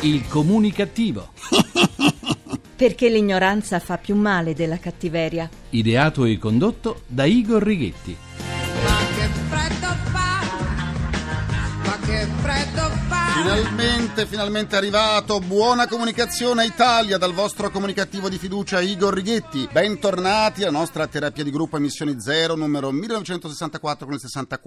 Il comunicativo. Perché l'ignoranza fa più male della cattiveria. Ideato e condotto da Igor Righetti. Ma che freddo fa, ma che freddo fa. Finalmente arrivato. Buona comunicazione Italia dal vostro comunicativo di fiducia Igor Righetti. Bentornati alla nostra terapia di gruppo Emissioni Zero numero 1964 con il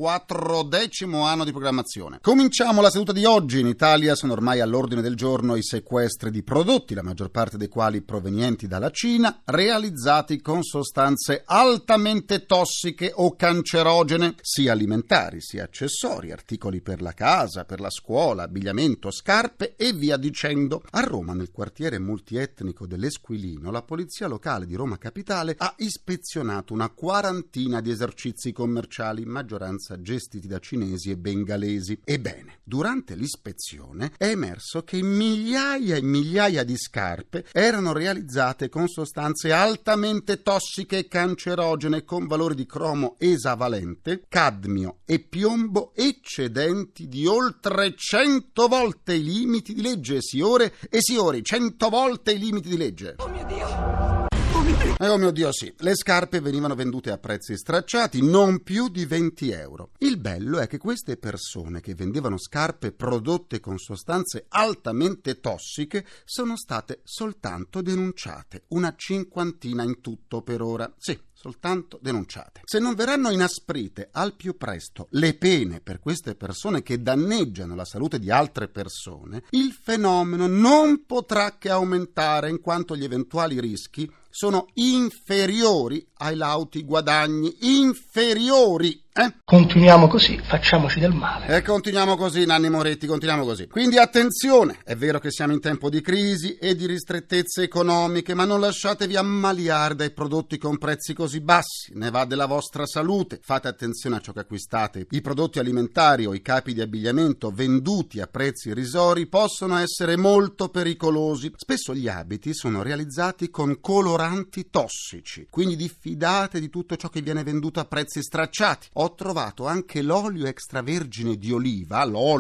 64° anno di programmazione. Cominciamo la seduta di oggi. In Italia sono ormai all'ordine del giorno i sequestri di prodotti, la maggior parte dei quali provenienti dalla Cina, realizzati con sostanze altamente tossiche o cancerogene, sia alimentari sia accessori, articoli per la casa, per la scuola, abbigliamento, scarpe e via dicendo. A Roma, nel quartiere multietnico dell'Esquilino, la polizia locale di Roma Capitale ha ispezionato una quarantina di esercizi commerciali, in maggioranza gestiti da cinesi e bengalesi. Ebbene, durante l'ispezione è emerso che migliaia e migliaia di scarpe erano realizzate con sostanze altamente tossiche e cancerogene con valori di cromo esavalente, cadmio e piombo eccedenti di oltre 100 volte i limiti di legge, signore e signori, 100 volte i limiti di legge. Oh mio Dio! Oh mio Dio, sì. Le scarpe venivano vendute a prezzi stracciati, non più di 20 euro. Il bello è che queste persone che vendevano scarpe prodotte con sostanze altamente tossiche sono state soltanto denunciate, una cinquantina in tutto per ora. Sì, soltanto denunciate. Se non verranno inasprite al più presto le pene per queste persone che danneggiano la salute di altre persone, il fenomeno non potrà che aumentare, in quanto gli eventuali rischi sono inferiori ai lauti guadagni. Inferiori! Continuiamo così, facciamoci del male. E continuiamo così, Nanni Moretti, continuiamo così. Quindi attenzione, è vero che siamo in tempo di crisi e di ristrettezze economiche, ma non lasciatevi ammaliare dai prodotti con prezzi così bassi, ne va della vostra salute. Fate attenzione a ciò che acquistate. I prodotti alimentari o i capi di abbigliamento venduti a prezzi irrisori possono essere molto pericolosi. Spesso gli abiti sono realizzati con coloranti tossici, quindi diffidate di tutto ciò che viene venduto a prezzi stracciati. Ho trovato anche l'olio extravergine di oliva,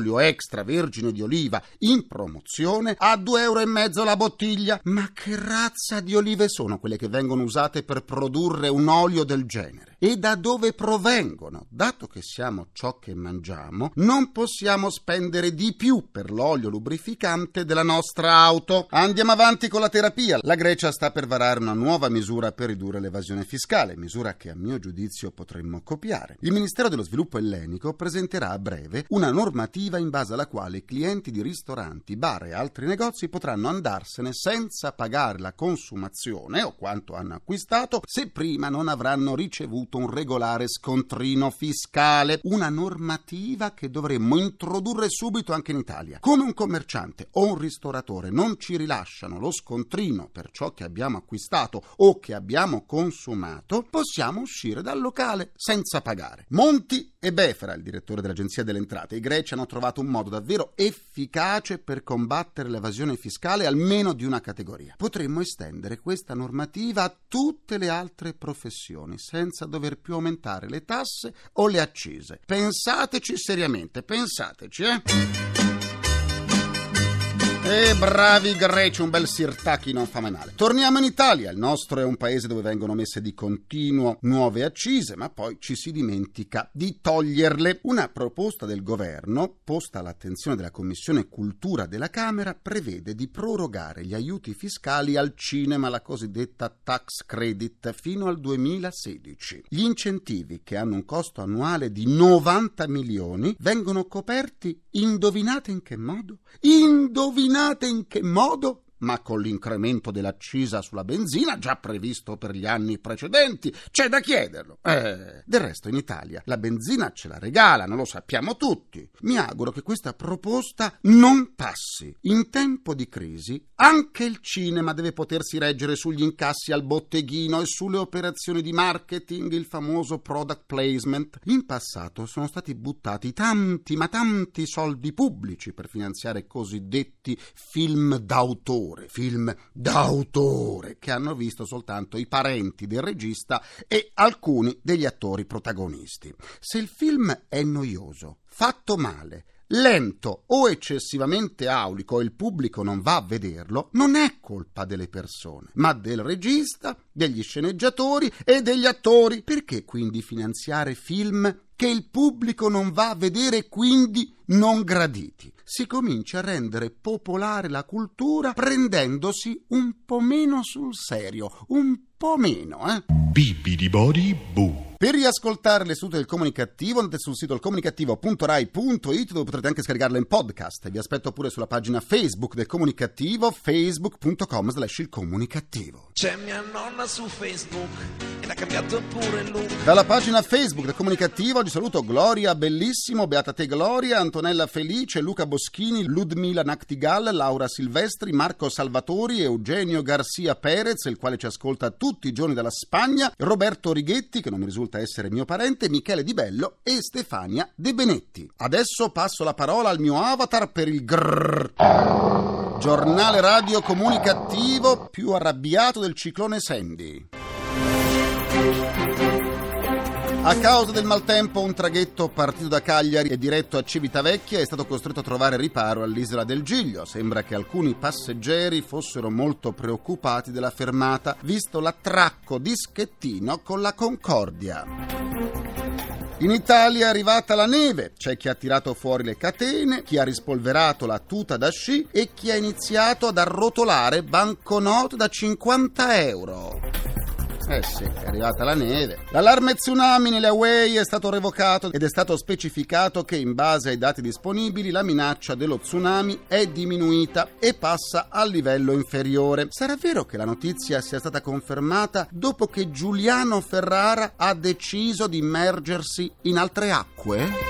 in promozione a 2,5 € la bottiglia. Ma che razza di olive sono quelle che vengono usate per produrre un olio del genere? E da dove provengono? Dato che siamo ciò che mangiamo, non possiamo spendere di più per l'olio lubrificante della nostra auto. Andiamo avanti con la terapia. La Grecia sta per varare una nuova misura per ridurre l'evasione fiscale, misura che a mio giudizio potremmo copiare. Il Ministero dello Sviluppo Ellenico presenterà a breve una normativa in base alla quale i clienti di ristoranti, bar e altri negozi potranno andarsene senza pagare la consumazione o quanto hanno acquistato se prima non avranno ricevuto un regolare scontrino fiscale. Una normativa che dovremmo introdurre subito anche in Italia. Come un commerciante o un ristoratore non ci rilasciano lo scontrino per ciò che abbiamo acquistato o che abbiamo consumato, possiamo uscire dal locale senza pagare. Monti e Befera, il direttore dell'Agenzia delle Entrate, i greci hanno trovato un modo davvero efficace per combattere l'evasione fiscale almeno di una categoria. Potremmo estendere questa normativa a tutte le altre professioni senza dover più aumentare le tasse o le accise. Pensateci seriamente, pensateci, bravi greci, un bel sirtaki non fa mai male. Torniamo in Italia. Il nostro è un paese dove vengono messe di continuo nuove accise, ma poi ci si dimentica di toglierle. Una proposta del governo, posta all'attenzione della Commissione Cultura della Camera, prevede di prorogare gli aiuti fiscali al cinema, la cosiddetta tax credit, fino al 2016. Gli incentivi, che hanno un costo annuale di 90 milioni, vengono coperti, indovinate in che modo? Indovinate in che modo? Ma con l'incremento dell'accisa sulla benzina già previsto per gli anni precedenti. C'è da chiederlo. Del resto in Italia la benzina ce la regalano, lo sappiamo tutti. Mi auguro che questa proposta non passi. In tempo di crisi anche il cinema deve potersi reggere sugli incassi al botteghino e sulle operazioni di marketing, il famoso product placement. In passato sono stati buttati tanti soldi pubblici per finanziare cosiddetti film d'autore che hanno visto soltanto i parenti del regista e alcuni degli attori protagonisti. Se il film è noioso, fatto male, lento o eccessivamente aulico e il pubblico non va a vederlo, non è colpa delle persone, ma del regista, degli sceneggiatori e degli attori. Perché quindi finanziare film che il pubblico non va a vedere e quindi non graditi? Si comincia a rendere popolare la cultura prendendosi un po' meno sul serio, un po' meno, Bibidi boo. Per riascoltare le sedute del Comunicativo andate sul sito ilcomunicativo.rai.it, dove potrete anche scaricarlo in podcast. Vi aspetto pure sulla pagina Facebook del Comunicativo, facebook.com/ilcomunicativo. C'è mia nonna su Facebook ed ha cambiato pure il look. Dalla pagina Facebook del Comunicativo oggi saluto Gloria Bellissimo, Beata te Gloria, Antonella Felice, Luca Boschini, Ludmila Nachtigal, Laura Silvestri, Marco Salvatori, Eugenio Garcia Perez, il quale ci ascolta tutti i giorni dalla Spagna, Roberto Righetti, che non mi risulta essere mio parente, Michele Di Bello e Stefania De Benetti. Adesso passo la parola al mio avatar per il giornale radio comunicativo più arrabbiato del ciclone Sandy. A causa del maltempo, un traghetto partito da Cagliari e diretto a Civitavecchia è stato costretto a trovare riparo all'isola del Giglio. Sembra che alcuni passeggeri fossero molto preoccupati della fermata, visto l'attracco di Schettino con la Concordia. In Italia è arrivata la neve, c'è chi ha tirato fuori le catene, chi ha rispolverato la tuta da sci e chi ha iniziato ad arrotolare banconote da 50 euro. Sì, è arrivata la neve. L'allarme tsunami nelle Hawaii è stato revocato ed è stato specificato che in base ai dati disponibili la minaccia dello tsunami è diminuita e passa al livello inferiore. Sarà vero che la notizia sia stata confermata dopo che Giuliano Ferrara ha deciso di immergersi in altre acque?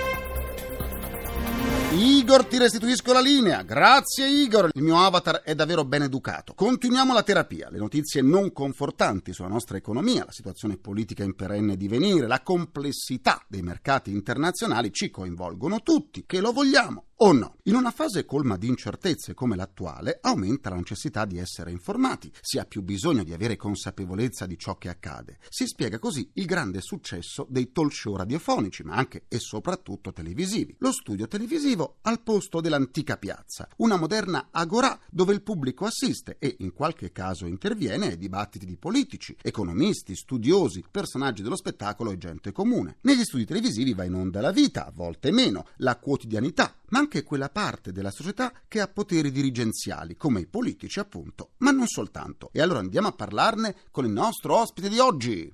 Igor, ti restituisco la linea. Grazie Igor, il mio avatar è davvero ben educato. Continuiamo la terapia. Le notizie non confortanti sulla nostra economia, la situazione politica in perenne divenire, la complessità dei mercati internazionali ci coinvolgono tutti, che lo vogliamo o no. In una fase colma di incertezze come l'attuale aumenta la necessità di essere informati, si ha più bisogno di avere consapevolezza di ciò che accade. Si spiega così il grande successo dei talk show radiofonici, ma anche e soprattutto televisivi. Lo studio televisivo al posto dell'antica piazza, una moderna agorà dove il pubblico assiste e in qualche caso interviene ai dibattiti di politici, economisti, studiosi, personaggi dello spettacolo e gente comune. Negli studi televisivi va in onda la vita, a volte meno, la quotidianità, ma anche quella parte della società che ha poteri dirigenziali, come i politici appunto, ma non soltanto. E allora andiamo a parlarne con il nostro ospite di oggi.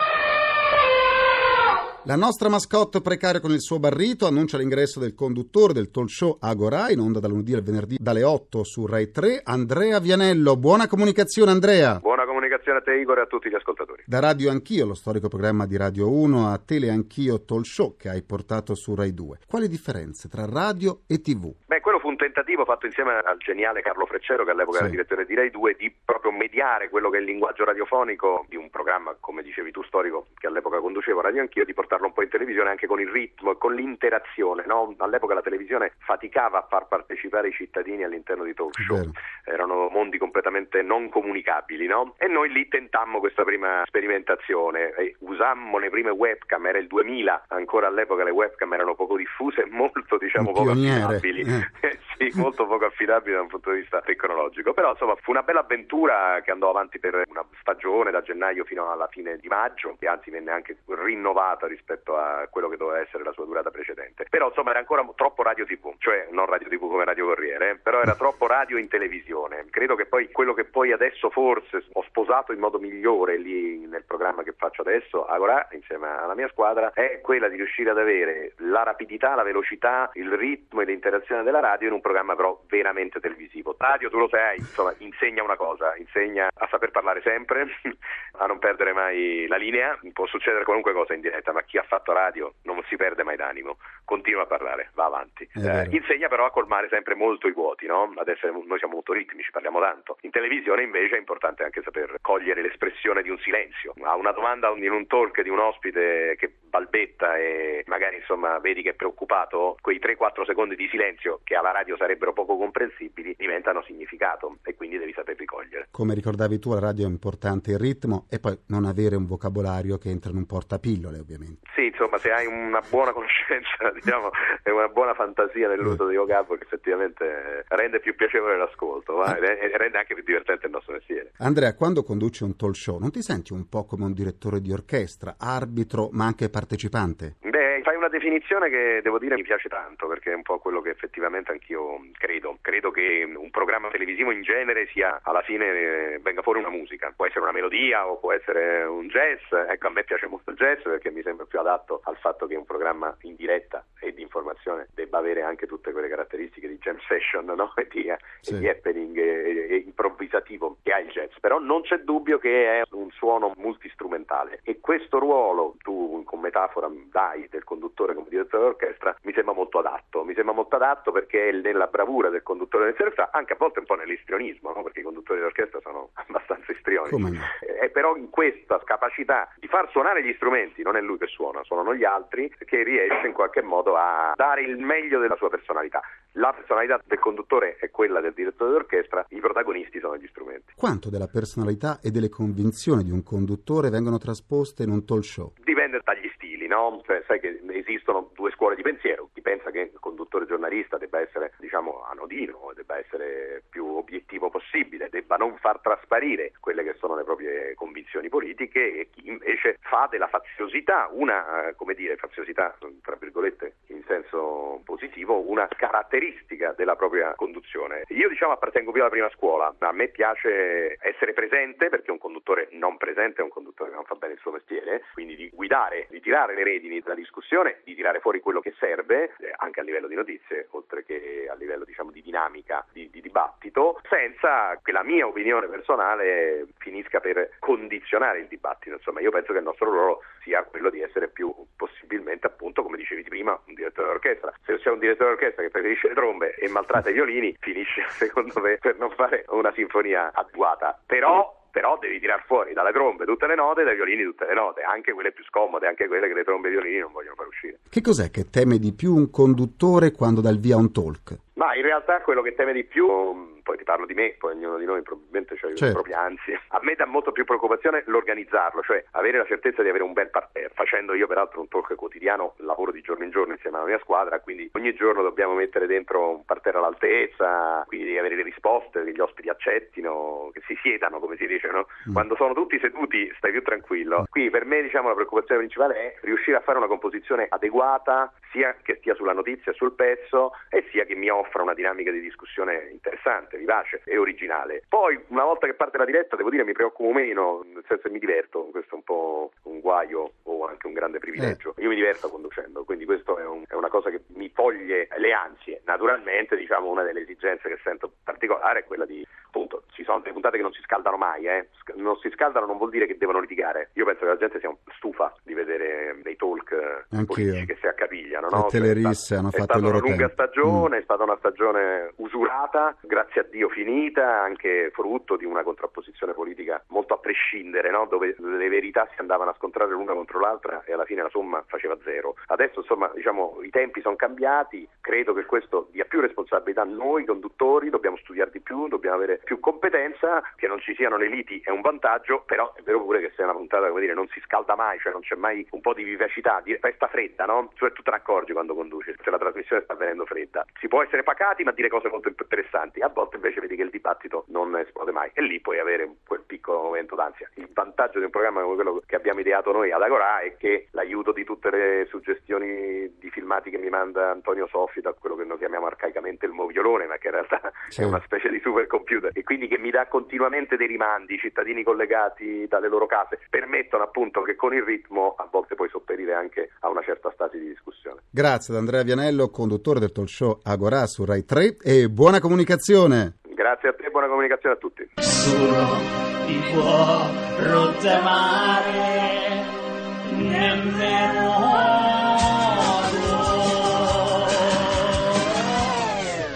La nostra mascotte precaria con il suo barrito annuncia l'ingresso del conduttore del talk show Agorà, in onda dal lunedì al venerdì dalle 8 su Rai 3, Andrea Vianello. Buona comunicazione, Andrea. Buona comunicazione a te, Igor, e a tutti gli ascoltatori. Da Radio Anch'io, lo storico programma di Radio 1, a Tele Anch'io Talk Show che hai portato su Rai 2. Quali differenze tra radio e TV? Quello fu un tentativo fatto insieme al geniale Carlo Freccero, che all'epoca era direttore di Rai 2, di proprio mediare quello che è il linguaggio radiofonico di un programma, come dicevi tu, storico, che all'epoca conducevo Radio Anch'io, di portarlo un po' in televisione anche con il ritmo e con l'interazione, no? All'epoca la televisione faticava a far partecipare i cittadini all'interno di talk show. Erano mondi completamente non comunicabili, no? E noi lì tentammo questa prima sperimentazione e usammo le prime webcam, era il 2000, ancora all'epoca le webcam erano poco diffuse e molto, poco affidabili. Sì, molto poco affidabili da un punto di vista tecnologico, però insomma fu una bella avventura che andò avanti per una stagione da gennaio fino alla fine di maggio, e anzi venne anche rinnovata rispetto a quello che doveva essere la sua durata precedente. Però insomma era ancora troppo radio TV, cioè non radio TV come Radio Corriere, però era troppo radio in televisione. Credo che poi quello che poi adesso forse ho sposato in modo migliore lì nel programma che faccio adesso, Agorà, insieme alla mia squadra, è quella di riuscire ad avere la rapidità, la velocità, il ritmo e l'interazione della radio in un programma però veramente televisivo. Radio, tu lo sai, insomma, insegna una cosa, insegna a saper parlare sempre, a non perdere mai la linea. Può succedere qualunque cosa in diretta, ma chi ha fatto radio non si perde mai d'animo, continua a parlare, va avanti. Insegna però a colmare sempre molto i vuoti, no? Adesso noi siamo molto ritmici, parliamo tanto. In televisione invece è importante anche saper cogliere l'espressione di un silenzio. A una domanda in un talk di un ospite che balbetta e magari insomma vedi che è preoccupato, quei 3-4 secondi di silenzio che alla radio sarebbero poco comprensibili diventano significato e quindi devi saperli cogliere. Come ricordavi tu, alla radio è importante il ritmo e poi non avere un vocabolario che entra in un portapillole, ovviamente. Sì, insomma, se hai una buona conoscenza, diciamo, e una buona fantasia nell'uso dei vocaboli, effettivamente rende più piacevole l'ascolto, e rende anche più divertente il nostro mestiere. Andrea, quando conduci un talk show, non ti senti un po' come un direttore di orchestra, arbitro ma anche partecipante? Beh, fai una definizione che devo dire mi piace tanto, perché è un po' quello che effettivamente anch'io credo. Credo che un programma televisivo in genere sia, alla fine, venga fuori una musica. Può essere una melodia o può essere un jazz. Ecco, a me piace molto il jazz perché mi sembra più adatto al fatto che un programma in diretta e di informazione debba avere anche tutte quelle caratteristiche di jam session, no? e di happening e improvvisativo che ha il jazz. Però non c'è dubbio che è un suono multistrumentale e questo ruolo tu con metafora dai del conduttore come direttore d'orchestra mi sembra molto adatto perché è nella bravura del conduttore d'orchestra, anche a volte un po' nell'istrionismo, no? Perché i conduttori d'orchestra sono abbastanza istrionici. Come no? Però in questa capacità di far suonare gli strumenti, non è lui che suona, suonano gli altri, che riesce in qualche modo a dare il meglio della sua personalità. La personalità del conduttore è quella del direttore d'orchestra, i protagonisti sono gli strumenti. Quanto della personalità e delle convinzioni di un conduttore vengono trasposte in un talk show? Dipende dagli stili, no? Cioè, sai che esistono due scuole di pensiero. Chi pensa che il conduttore giornalista debba essere, diciamo, anodino, debba essere più obiettivo possibile, debba non far trasparire quelle che sono le proprie convinzioni politiche, e chi invece fa della faziosità una, faziosità tra virgolette in senso positivo, una caratteristica della propria conduzione. Io, diciamo, appartengo più alla prima scuola. A me piace essere presente, perché un conduttore non presente è un conduttore che non fa bene il suo mestiere, quindi di guidare, di tirare le redini della discussione, di tirare fuori quello che serve, anche a livello di notizie, oltre che a livello, diciamo, di dinamica, di dibattito, senza che la mia opinione personale finisca per condizionare il dibattito. Insomma, io penso che il nostro ruolo sia quello di essere più possibilmente, appunto, come dicevi prima, un direttore d'orchestra. Se c'è un direttore d'orchestra che preferisce le trombe e maltratta i violini, finisce, secondo me, per non fare una sinfonia adeguata. Però devi tirar fuori dalle trombe tutte le note e dai violini tutte le note, anche quelle più scomode, anche quelle che le trombe e i violini non vogliono far uscire. Che cos'è che teme di più un conduttore quando dà il via a un talk? Ma in realtà quello che teme di più, poi ti parlo di me, poi ognuno di noi probabilmente ha le proprie ansie. A me dà molto più preoccupazione l'organizzarlo, cioè avere la certezza di avere un bel parterre. Facendo io peraltro un talk quotidiano, lavoro di giorno in giorno insieme alla mia squadra, quindi ogni giorno dobbiamo mettere dentro un parterre all'altezza, quindi devi avere le risposte, che gli ospiti accettino, che si siedano, come si dice, no? Quando sono tutti seduti stai più tranquillo. Qui per me, diciamo, la preoccupazione principale è riuscire a fare una composizione adeguata, sia che stia sulla notizia, sul pezzo, e sia che mi offra una dinamica di discussione interessante, vivace e originale. Poi, una volta che parte la diretta, devo dire, mi preoccupo meno, nel senso che mi diverto. Questo è un po' un guaio o anche un grande privilegio. Io mi diverto conducendo, quindi questo è una cosa che mi toglie le ansie. Naturalmente, diciamo, una delle esigenze che sento particolare è quella di, appunto, ci sono delle puntate che non si scaldano mai, non si scaldano non vuol dire che devono litigare. Io penso che la gente sia stufa di vedere dei talk politici che si accapigliano, no? Telerisse hanno fatto il loro tempo. È stata una lunga stagione, è stata una stagione usurata, grazie a Dio finita, anche frutto di una contrapposizione politica molto a prescindere, no? Dove le verità si andavano a scontrare l'una contro l'altra e alla fine la somma faceva zero. Adesso, insomma, diciamo, i tempi sono cambiati, credo che questo dia più responsabilità a noi conduttori, dobbiamo studiare di più, dobbiamo avere più competenza, che non ci siano le liti è un vantaggio, però è vero pure che se è una puntata, come dire, non si scalda mai, cioè non c'è mai un po' di vivacità, resta fredda, no? Cioè tu te ne accorgi quando conduci, se la trasmissione sta venendo fredda. Si può essere pacati ma dire cose molto interessanti, a volte invece vedi che il dibattito non esplode mai e lì puoi avere quel piccolo momento d'ansia. Il vantaggio di un programma come quello che abbiamo ideato noi ad Agorà è che l'aiuto di tutte le suggestioni di filmati che mi manda Antonio Soffi, da quello che noi chiamiamo arcaicamente il moviolone, ma che in realtà è una specie di supercomputer, e quindi che mi dà continuamente dei rimandi, i cittadini collegati dalle loro case permettono appunto che con il ritmo a volte puoi sopperire anche a una certa stasi di discussione. Grazie ad Andrea Vianello, conduttore del talk show Agorà su Rai 3, e buona comunicazione. Grazie a te, buona comunicazione a tutti. Nessuno ti può rottamare, nemmeno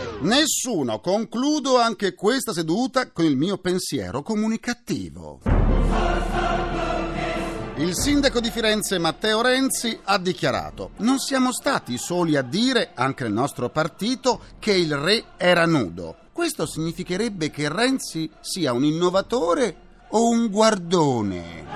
Nessuno. Concludo anche questa seduta con il mio pensiero comunicativo. Il sindaco di Firenze Matteo Renzi ha dichiarato: non siamo stati i soli a dire, anche nel nostro partito, che il re era nudo. Questo significherebbe che Renzi sia un innovatore o un guardone?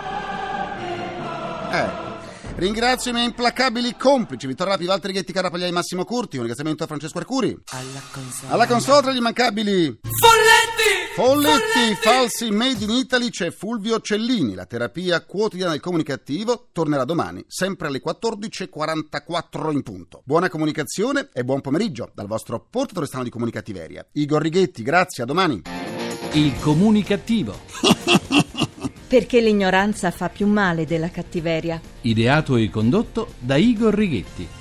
Ringrazio i miei implacabili complici Vittorio Rapi, Valtteri Ghetti, Carapagliai, Massimo Curti. Un ringraziamento a Francesco Arcuri. Alla console tra gli immancabili Folletti, falsi made in Italy, c'è Fulvio Cellini. La terapia quotidiana del comunicativo tornerà domani, sempre alle 14.44 in punto. Buona comunicazione e buon pomeriggio dal vostro portatore strano di comunicativeria, Igor Righetti. Grazie, a domani. Il comunicativo. Perché l'ignoranza fa più male della cattiveria. Ideato e condotto da Igor Righetti.